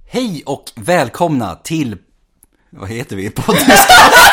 Hej och välkomna till... Vad heter vi? Podcast.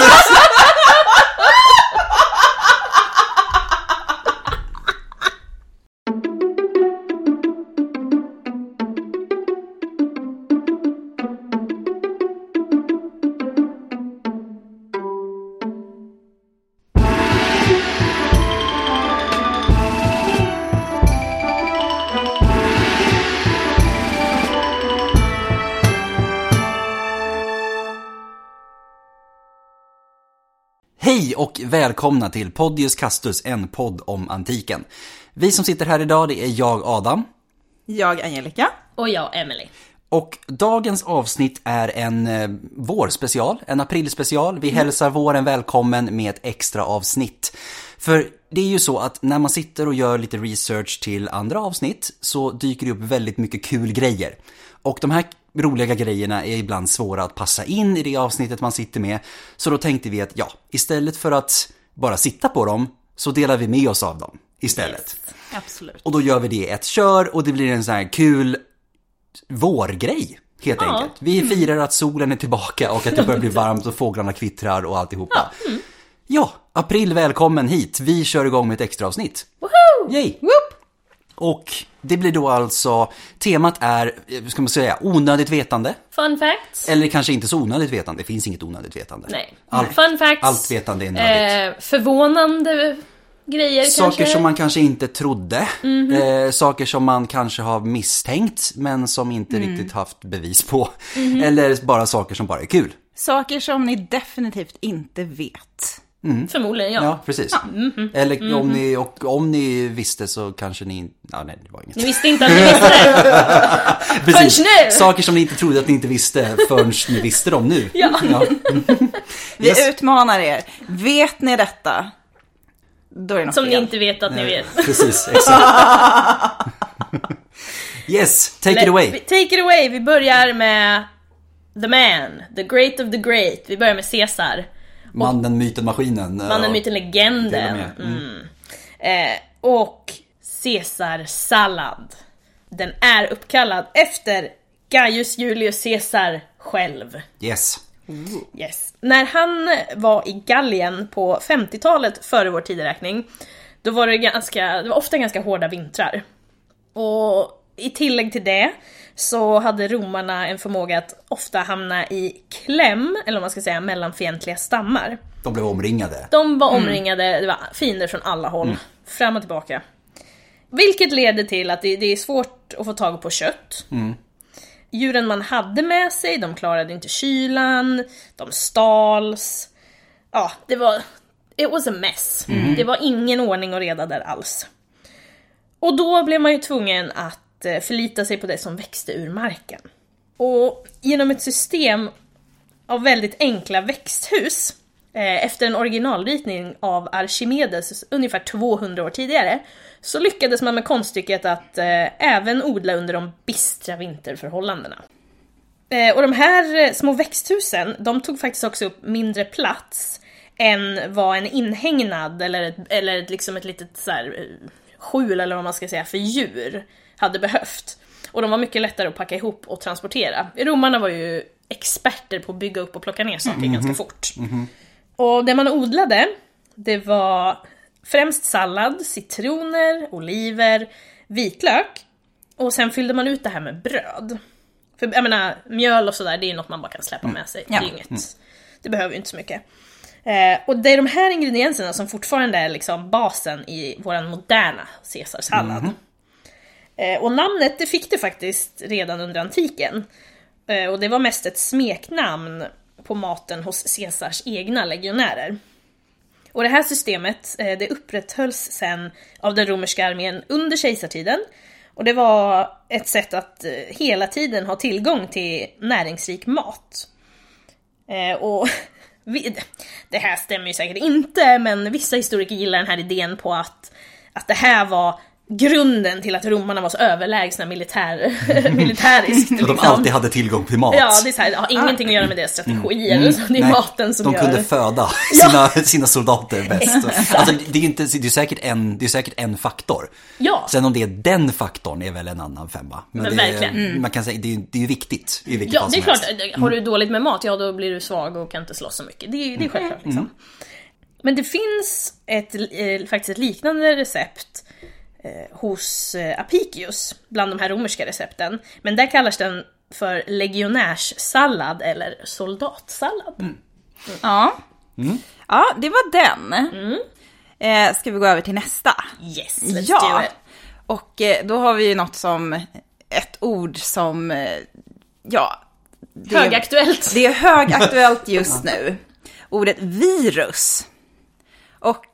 Hej och välkomna till Podius Castus, en podd om antiken. Vi som sitter här idag, det är jag Adam. Jag Angelica. Och jag Emily. Och dagens avsnitt är en vårspecial, en aprilspecial. Vi hälsar våren välkommen med ett extra avsnitt. För det är ju så att när man sitter och gör lite research till andra avsnitt så dyker det upp väldigt mycket kul grejer. Och de här roliga grejerna är ibland svåra att passa in i det avsnittet man sitter med. Så då tänkte vi att ja, istället för att bara sitta på dem så delar vi med oss av dem istället. Yes, absolut. Och då gör vi det ett kör och det blir en sån här kul vårgrej helt enkelt. Vi firar att solen är tillbaka och att det börjar bli varmt och fåglarna kvittrar och alltihopa. Ja, april välkommen hit. Vi kör igång med ett extra avsnitt. Woho! Yay! Whoop! Och det blir då alltså, temat är, ska man säga, onödigt vetande. Fun facts. Eller kanske inte så onödigt vetande, det finns inget onödigt vetande. Nej. Fun facts. Allt vetande är nödigt. Förvånande grejer saker kanske. Som man kanske inte trodde. Saker som man kanske har misstänkt men som inte riktigt haft bevis på. Eller bara saker som bara är kul. Saker som ni definitivt inte vet. Förmodligen, ja. Ja, precis. Eller om ni visste så kanske ni... Ja, nej, det var inget. Ni visste inte att ni visste det. Precis. Förrän nu. Saker som ni inte trodde att ni inte visste förrän ni visste dem nu. Ja. Vi utmanar er. Vet ni detta? Då är det något Som fel. ni inte vet att ni vet. Precis, exakt. Yes, take it away. Take it away. Vi börjar med the man, the great of the great. Vi börjar med Caesar. Mannen, myten, maskinen. Mannen, myten, legenden. Och Caesar-sallad. Den är uppkallad efter Gaius Julius Caesar själv. Yes. Yes. När han var i Gallien på 50-talet före vår tideräkning, då var det var ofta ganska hårda vintrar. Och i tillägg till det så hade romarna en förmåga att ofta hamna i kläm, eller om man ska säga mellan fientliga stammar. De blev omringade. De var omringade, det var fiender från alla håll, fram och tillbaka. Vilket leder till att det är svårt att få tag på kött. Djuren man hade med sig, de klarade inte kylan, de stals. Ja, it was a mess. Det var ingen ordning och reda där alls. Och då blev man ju tvungen att förlita sig på det som växte ur marken. Och genom ett system av väldigt enkla växthus, efter en originalritning av Archimedes ungefär 200 år tidigare, så lyckades man med konststycket att även odla under de bistra vinterförhållandena. Och de här små växthusen, de tog faktiskt också upp mindre plats än vad en inhägnad eller liksom ett litet så här, skjul eller vad man ska säga för djur hade behövt. Och de var mycket lättare att packa ihop och transportera. Romarna var ju experter på att bygga upp och plocka ner saker ganska fort. Och det man odlade, det var främst sallad, citroner, oliver, vitlök. Och sen fyllde man ut det här med bröd. För jag menar, mjöl och sådär, det är ju något man bara kan släppa med sig. Ja. Det är inget, det behöver ju inte så mycket. Och det är de här ingredienserna som fortfarande är liksom basen i våran moderna Caesarsallad. Och namnet det fick det faktiskt redan under antiken. Och det var mest ett smeknamn på maten hos Caesars egna legionärer. Och det här systemet det upprätthölls sen av den romerska armén under kejsartiden. Och det var ett sätt att hela tiden ha tillgång till näringsrik mat. Och det här stämmer ju säkert inte, men vissa historiker gillar den här idén på att det här var grunden till att romarna var så överlägsna militäriskt. För de alltid hade tillgång till mat. Ja, det är så här, det har ingenting att göra med deras strategi eller så. Det är maten som de kunde föda sina soldater bäst. Alltså, det är säkert en faktor. Ja. Sen om det är den faktorn är väl en annan femma. Men verkligen. Man kan säga det är ju viktigt. Ja, det är klart. Har du dåligt med mat, ja då blir du svag och kan inte slåss så mycket. Det är självklart liksom. Men det finns faktiskt ett liknande recept hos Apicius bland de här romerska recepten. Men där kallas den för legionärssallad eller soldatsallad. Ja, det var den. Ska vi gå över till nästa? Yes, let's do it. Och då har vi ju något som ett ord som högaktuellt. Det är högaktuellt just nu. Ordet virus. Och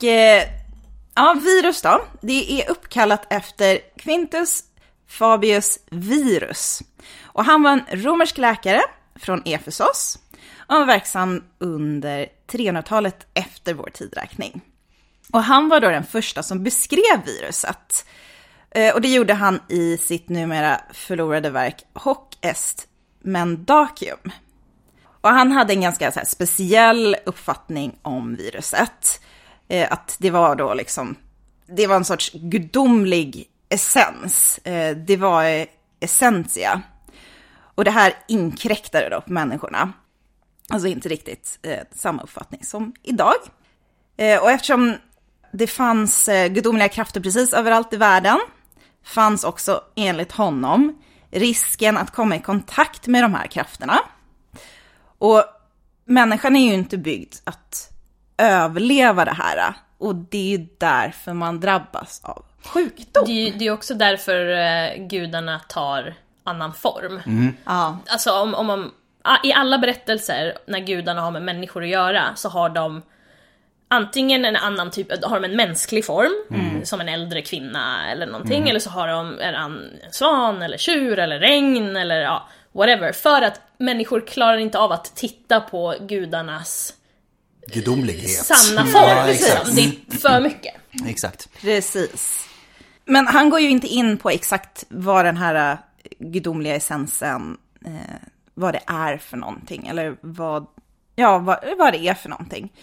virus då, det är uppkallat efter Quintus Fabius Virus. Och han var en romersk läkare från Efesos och var verksam under 300-talet efter vår tidräkning. Och han var då den första som beskrev viruset. Och det gjorde han i sitt numera förlorade verk Hoc est Mendacium. Och han hade en ganska så här speciell uppfattning om viruset. Att det var då liksom, det var en sorts gudomlig essens. Det var essentia. Och det här inkräktade då på människorna. Alltså inte riktigt samma uppfattning som idag. Och eftersom det fanns gudomliga krafter precis överallt i världen, fanns också enligt honom risken att komma i kontakt med de här krafterna. Och människan är ju inte byggd att överleva det här. Och det är ju därför man drabbas av sjukdom. Det är också därför gudarna tar annan form. Ja. Alltså om man, i alla berättelser när gudarna har med människor att göra så har de antingen en annan typ, har de en mänsklig form som en äldre kvinna eller någonting, eller så har de en svan eller tjur eller regn eller whatever, för att människor klarar inte av att titta på gudarnas gudomlighet, sanna form. Liksom. Det är för mycket. Exakt. Precis. Men han går ju inte in på exakt vad den här gudomliga essensen, vad det är för någonting, eller vad det är för någonting.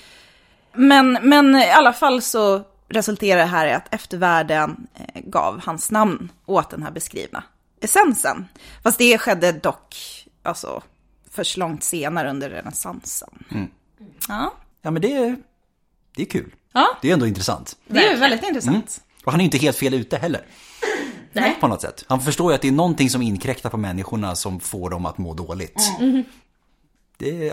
Men i alla fall så resulterar det här i att eftervärlden gav hans namn åt den här beskrivna essensen. Fast det skedde dock alltså först långt senare under renässansen. Ja, men det är kul. Ja. Det är ändå intressant. Det är väldigt intressant. Och han är inte helt fel ute heller. Nej. På något sätt. Han förstår ju att det är någonting som inkräktar på människorna som får dem att må dåligt. Det,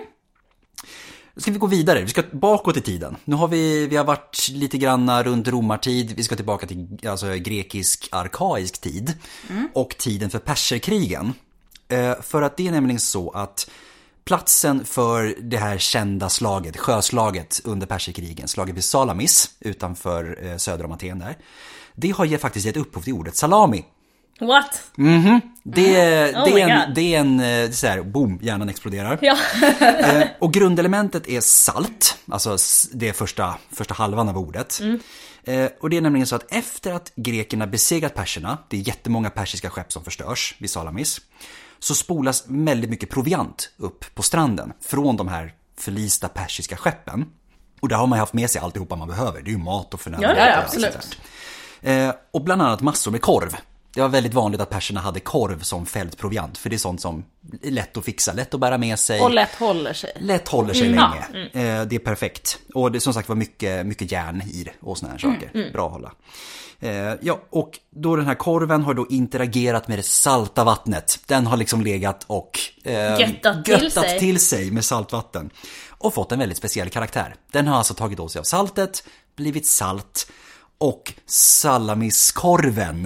Ska vi gå vidare? Vi ska bakåt i tiden. Nu har vi har varit lite granna runt romartid. Vi ska tillbaka till grekisk arkaisk tid. Och tiden för perserkrigen. För att det är nämligen så att platsen för det här kända slaget, sjöslaget under perserkrigen, slaget vid Salamis utanför söder om Aten där, det har faktiskt gett upphov till ordet salami. What? Det är en så här, boom, hjärnan exploderar. Ja. Och grundelementet är salt, alltså det är första halvan av ordet. Och det är nämligen så att efter att grekerna besegrat perserna, det är jättemånga persiska skepp som förstörs vid Salamis, så spolas väldigt mycket proviant upp på stranden från de här förlista persiska skeppen. Och där har man haft med sig alltihopa man behöver. Det är ju mat och förnödenheter. Ja, absolut. Och bland annat massor med korv. Det var väldigt vanligt att perserna hade korv som fältproviant. För det är sånt som är lätt att fixa, lätt att bära med sig. Och lätt håller sig. Lätt håller sig länge. Det är perfekt. Och det som sagt var mycket järn i det och såna här saker. Bra att hålla. Och då den här korven har då interagerat med det salta vattnet. Den har liksom legat och göttat till sig med saltvatten. Och fått en väldigt speciell karaktär. Den har alltså tagit åt sig av saltet, blivit salt. Och salamiskorven,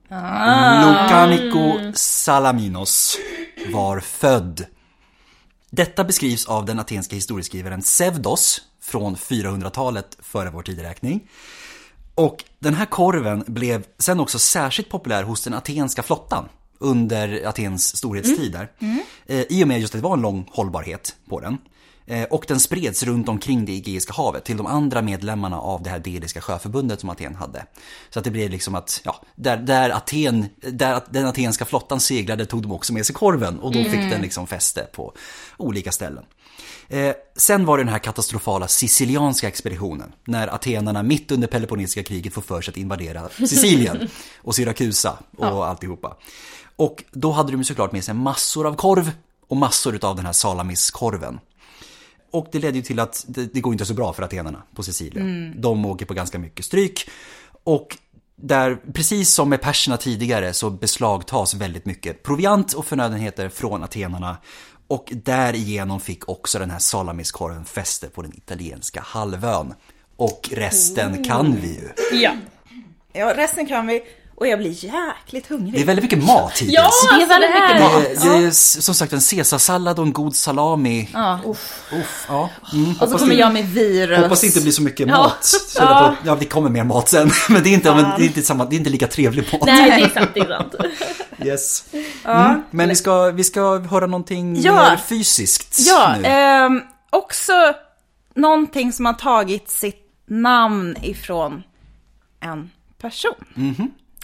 Lucanico salaminos, var född. Detta beskrivs av den atenska historieskrivaren Pseudos från 400-talet före vår tideräkning. Och den här korven blev sen också särskilt populär hos den atenska flottan under Atens storhetstid där. I och med just att det var en lång hållbarhet på den. Och den spreds runt omkring det Egeiska havet till de andra medlemmarna av det här Deliska sjöförbundet som Aten hade. Så att det blev liksom att, där den atenska flottan seglade tog de också med sig korven. Och då fick den liksom fäste på olika ställen. Sen var det den här katastrofala sicilianska expeditionen. När atenarna mitt under Peloponnesiska kriget får för sig att invadera Sicilien och Syrakusa och alltihopa. Och då hade de såklart med sig massor av korv och massor av den här salamiskorven. Och det ledde ju till att det går inte så bra för atenarna på Sicilien. De åker på ganska mycket stryk. Och där, precis som med perserna tidigare, så beslagtas väldigt mycket proviant och förnödenheter från atenarna. Och därigenom fick också den här salamiskorven fäste på den italienska halvön. Och resten kan vi ju. Ja, resten kan vi. Och jag blir jäkligt hungrig. Det är väldigt mycket mat hittills. Ja, det är väldigt mycket mat. Det är som sagt en caesarsallad och en god salami. Ja. Ja. Och så kommer jag med virus. Hoppas det inte blir så mycket mat. Det kommer mer mat sen. Men det är inte lika trevlig mat. Nej, det är sant. Yes. Men vi ska höra någonting mer fysiskt nu. Också någonting som har tagit sitt namn ifrån en person.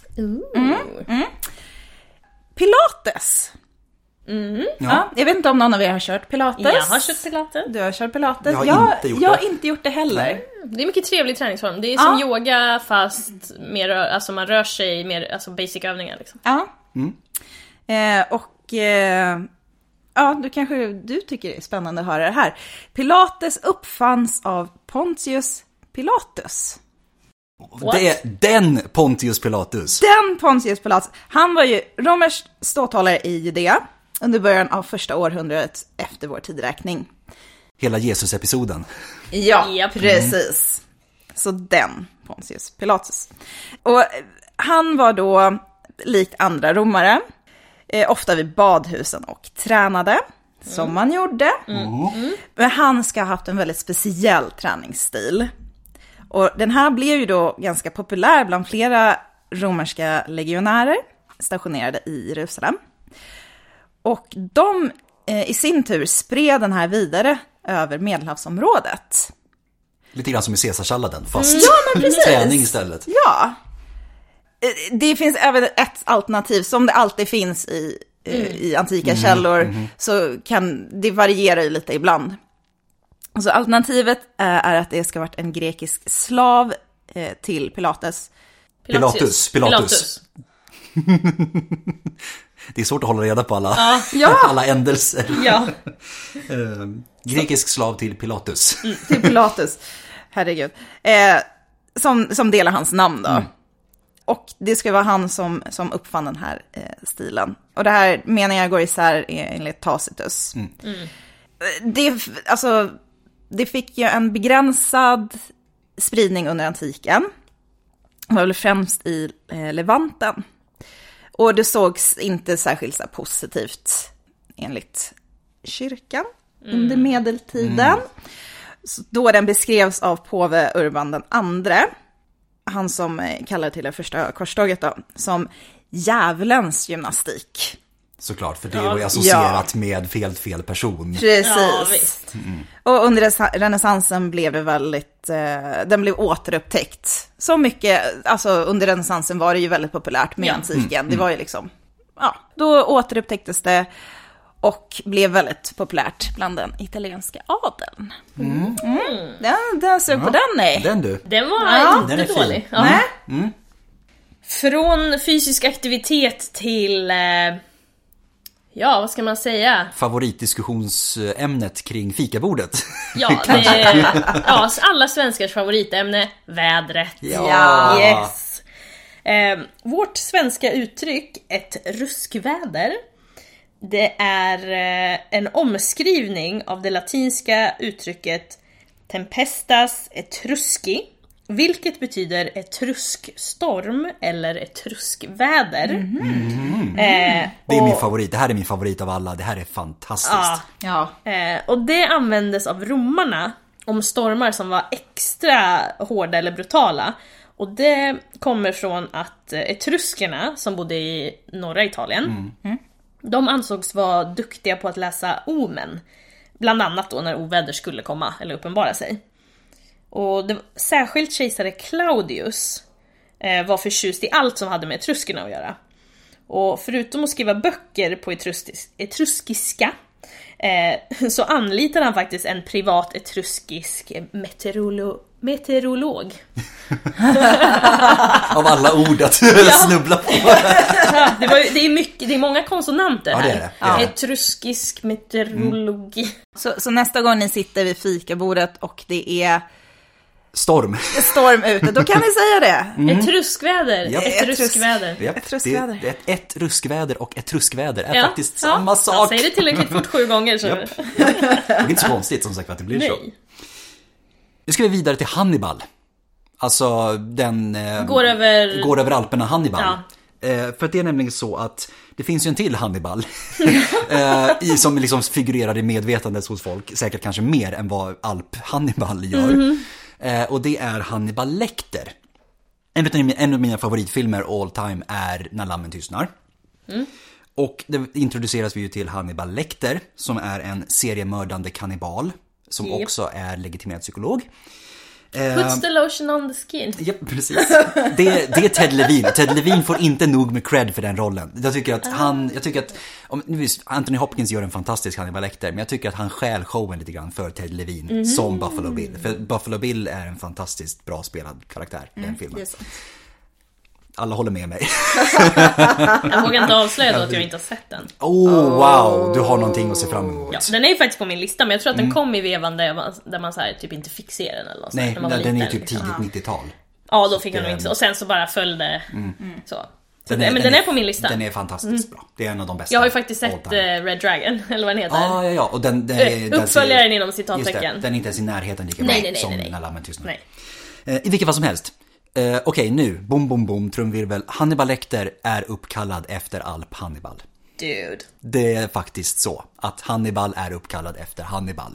Pilates. Ja, jag vet inte om någon av er har kört Pilates. Jag har kört Pilates. Du har kört Pilates. Jag har inte gjort det heller. Det är mycket trevlig träningsform. Det är som yoga fast mer, alltså man rör sig mer, alltså basic övningar liksom. Ja. Du tycker det är spännande att höra det här. Pilates uppfanns av Pontius Pilatus. Det är den Pontius Pilatus. Den Pontius Pilatus. Han var ju romersk ståthållare i Judea under början av första århundradet efter vår tidräkning. Hela Jesus-episoden. Ja, precis. Så den Pontius Pilatus. Och han var då, likt andra romare, ofta vid badhusen och tränade, som man gjorde. Men han ska ha haft en väldigt speciell träningsstil. Och den här blev ju då ganska populär bland flera romerska legionärer stationerade i Jerusalem. Och de i sin tur spred den här vidare över Medelhavsområdet. Lite grann som i caesarsalladen, fast träning istället. Ja. Det finns även ett alternativ som det alltid finns i antika källor, så kan det variera ju lite ibland. Så alternativet är att det ska ha varit en grekisk slav till Pilatus. Det är svårt att hålla reda på alla ändelser. Ja. Grekisk slav till Pilatus. Till Pilatus, herregud. Som delar hans namn då. Och det ska vara han som uppfann den här stilen. Och det här menar jag går isär enligt Tacitus. Det fick ju en begränsad spridning under antiken. Det var väl främst i Levanten. Och det sågs inte särskilt så positivt enligt kyrkan under medeltiden. Då den beskrevs av påve Urban den andre, han som kallade till det första korståget då, som djävulens gymnastik. Såklart, för det var ju associerat med fel person. Precis. Ja, visst. Och under renässansen blev det väldigt, den blev återupptäckt. Så mycket, alltså under renässansen var det ju väldigt populärt med antiken. Det var ju liksom, då återupptäcktes det och blev väldigt populärt bland den italienska adeln. Den såg på den, nej. Den var inte den är dålig. fin. Från fysisk aktivitet till... vad ska man säga? Favoritdiskussionsämnet kring fikabordet. Ja, det är alla svenskars favoritämne, vädret. Ja. Yes. Vårt svenska uttryck, ett ruskväder, det är en omskrivning av det latinska uttrycket tempestas etrusci, vilket betyder etruskstorm eller etruskväder. Det är min favorit. Det här är min favorit av alla. Det här är fantastiskt. Och det användes av romarna om stormar som var extra hårda eller brutala. Och det kommer från att etruskerna som bodde i norra Italien, de ansågs vara duktiga på att läsa omen. Bland annat då när oväder skulle komma eller uppenbara sig. Och särskilt kejsare Claudius var förtjust i allt som hade med etruskerna att göra. Och förutom att skriva böcker på etruskiska så anlitade han faktiskt en privat etruskisk meteorolog. Av alla ord att snubbla på. Det är många konsonanter här. Det är det. Ja. Etruskisk meteorologi. Så nästa gång ni sitter vid fikabordet och det är storm ute, då kan ni säga det. Etruskväder. Japp. Etruskväder. Det är ett ruskväder och ett truskväder är faktiskt samma sak. Jag säger det tillräckligt fort 7 gånger så. Det är inte så konstigt som sagt att det blir så. Nu ska vi vidare till Hannibal. Alltså den går över Alperna Hannibal. För att det är nämligen så att det finns ju en till Hannibal som liksom figurerar i medvetandet hos folk, säkert kanske mer än vad Alp-Hannibal gör. Och det är Hannibal Lecter. En av mina favoritfilmer all time är När lammen tystnar. Och det introduceras vi ju till Hannibal Lecter, som är en seriemördande kannibal som också är legitimerad psykolog. Puts the lotion on the skin. Ja, precis. Det är Ted Levine. Ted Levine får inte nog med cred för den rollen. Jag tycker att Anthony Hopkins gör en fantastisk Hannibal Lecter, men jag tycker att han stjäl showen lite grann för Ted Levine som Buffalo Bill. För Buffalo Bill är en fantastiskt bra spelad karaktär i den filmen. Alla håller med mig. Jag vågar inte avslöja då att jag inte har sett den. Wow, du har någonting att se fram emot. Ja, den är ju faktiskt på min lista, men jag tror att den kom i vevan där man så här, typ inte fick se den eller något. Nej, när man den är ju typ liksom. tidigt 90-tal. Ja, då fick jag nog inte. Och sen så bara följde så. Den är på min lista. Den är fantastiskt bra. Det är en av de bästa. Jag har ju faktiskt sett Red Dragon, eller vad den heter. Ja. Och uppföljaren inom citattecken. Den är inte ens i närheten lika bra som När lammen tystnar. Nej. I vilket fall som helst. Okej, nu, bom, trumvirvel. Hannibal Lecter är uppkallad efter Alp Hannibal. Dude. Det är faktiskt så att Hannibal är uppkallad efter Hannibal.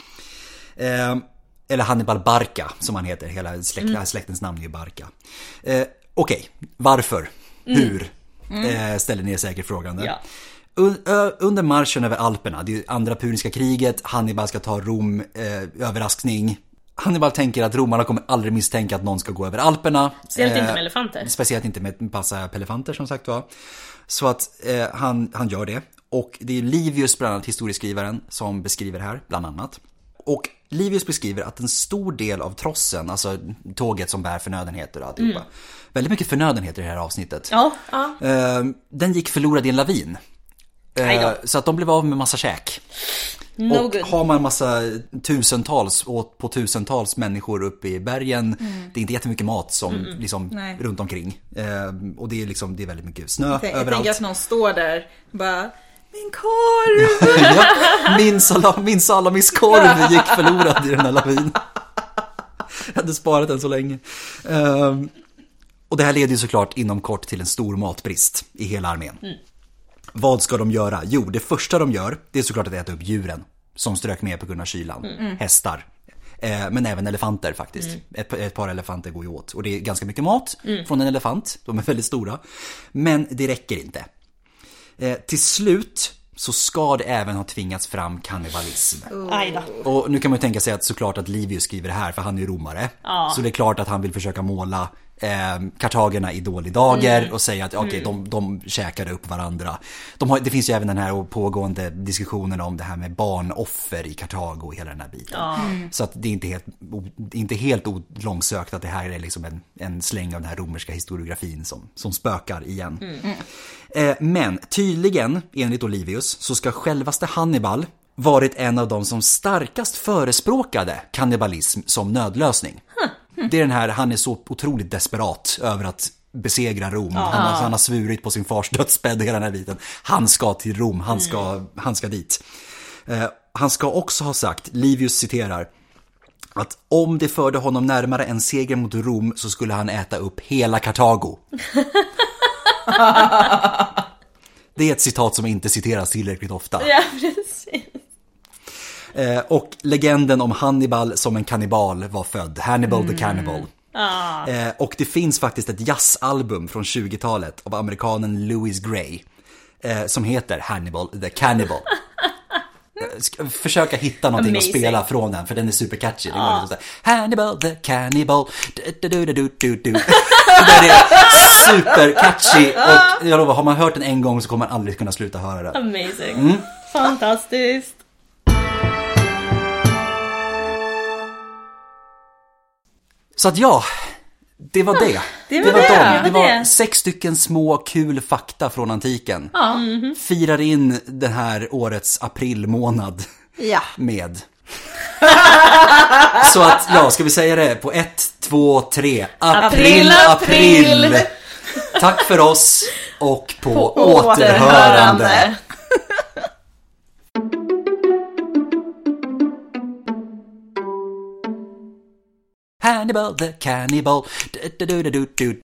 Eller Hannibal Barca, som han heter. Hela släktens namn är ju Barca. Okej, varför? Hur? Ställer ni er säkert frågan där. Ja. Under marschen över Alperna, det är andra puniska kriget, Hannibal ska ta Rom, överraskning. Hannibal tänker att romarna kommer aldrig misstänka att någon ska gå över Alperna. Speciellt inte med elefanter. Speciellt inte med massa elefanter, som sagt var. Så att han gör det. Och det är Livius, bland annat historieskrivaren, som beskriver här, bland annat. Och Livius beskriver att en stor del av trossen, alltså tåget som bär förnödenheter och alltihopa, väldigt mycket förnödenheter i det här avsnittet. Den gick förlorad i en lavin. Så att de blev av med massa käk. Har man massa tusentals människor uppe i bergen, det är inte jättemycket mat som liksom runt omkring. Och det är liksom, det är väldigt mycket snö överallt. Jag tänker att någon står där bara, min korv! Min salamiskorv gick förlorad i den här lavinen. Jag hade sparat den så länge. Och det här leder ju såklart inom kort till en stor matbrist i hela armén. Vad ska de göra? Jo, det första de gör, det är såklart att äta upp djuren som strök med på grund av kylan. Hästar. Men även elefanter faktiskt. Ett par elefanter går ju åt. Och det är ganska mycket mat från en elefant. De är väldigt stora. Men det räcker inte. Till slut så ska det även ha tvingats fram kannibalism. Och nu kan man ju tänka sig att såklart att Livius skriver det här, för han är ju romare. Så det är klart att han vill försöka måla kartagerna i dålig dager och säga att de käkade upp varandra. Det finns ju även den här pågående diskussionen om det här med barnoffer i Kartago och hela den här biten. Så att det är inte helt långsökt att det här är liksom en släng av den här romerska historiografin som spökar igen. Men tydligen, enligt Livius, så ska självaste Hannibal varit en av de som starkast förespråkade kannibalism som nödlösning. Det är den här, han är så otroligt desperat över att besegra Rom. Han har svurit på sin fars dödsbädd hela den här biten. Han ska till Rom, han ska dit. Han ska också ha sagt, Livius citerar, att om det förde honom närmare en seger mot Rom så skulle han äta upp hela Kartago. Det är ett citat som inte citeras tillräckligt ofta. Ja, precis. Och legenden om Hannibal som en kannibal var född. Hannibal the Cannibal. Och det finns faktiskt ett jazzalbum från 20-talet av amerikanen Louis Gray som heter Hannibal the Cannibal. försöka hitta någonting Amazing. att spela från den, för den är supercatchy. Det går liksom så här, Hannibal the Cannibal. Det är supercatchy, och jag lovar, har man hört den en gång så kommer man aldrig kunna sluta höra den. Amazing. Fantastiskt. Så att ja, det var det. Det var det. Det var 6 stycken små kul fakta från antiken. Ja. Firar in den här årets aprilmånad Ja. med. Så att, ja, ska vi säga det på 1, 2, 3. April, april! Tack för oss och på återhörande. Hannibal the Cannibal.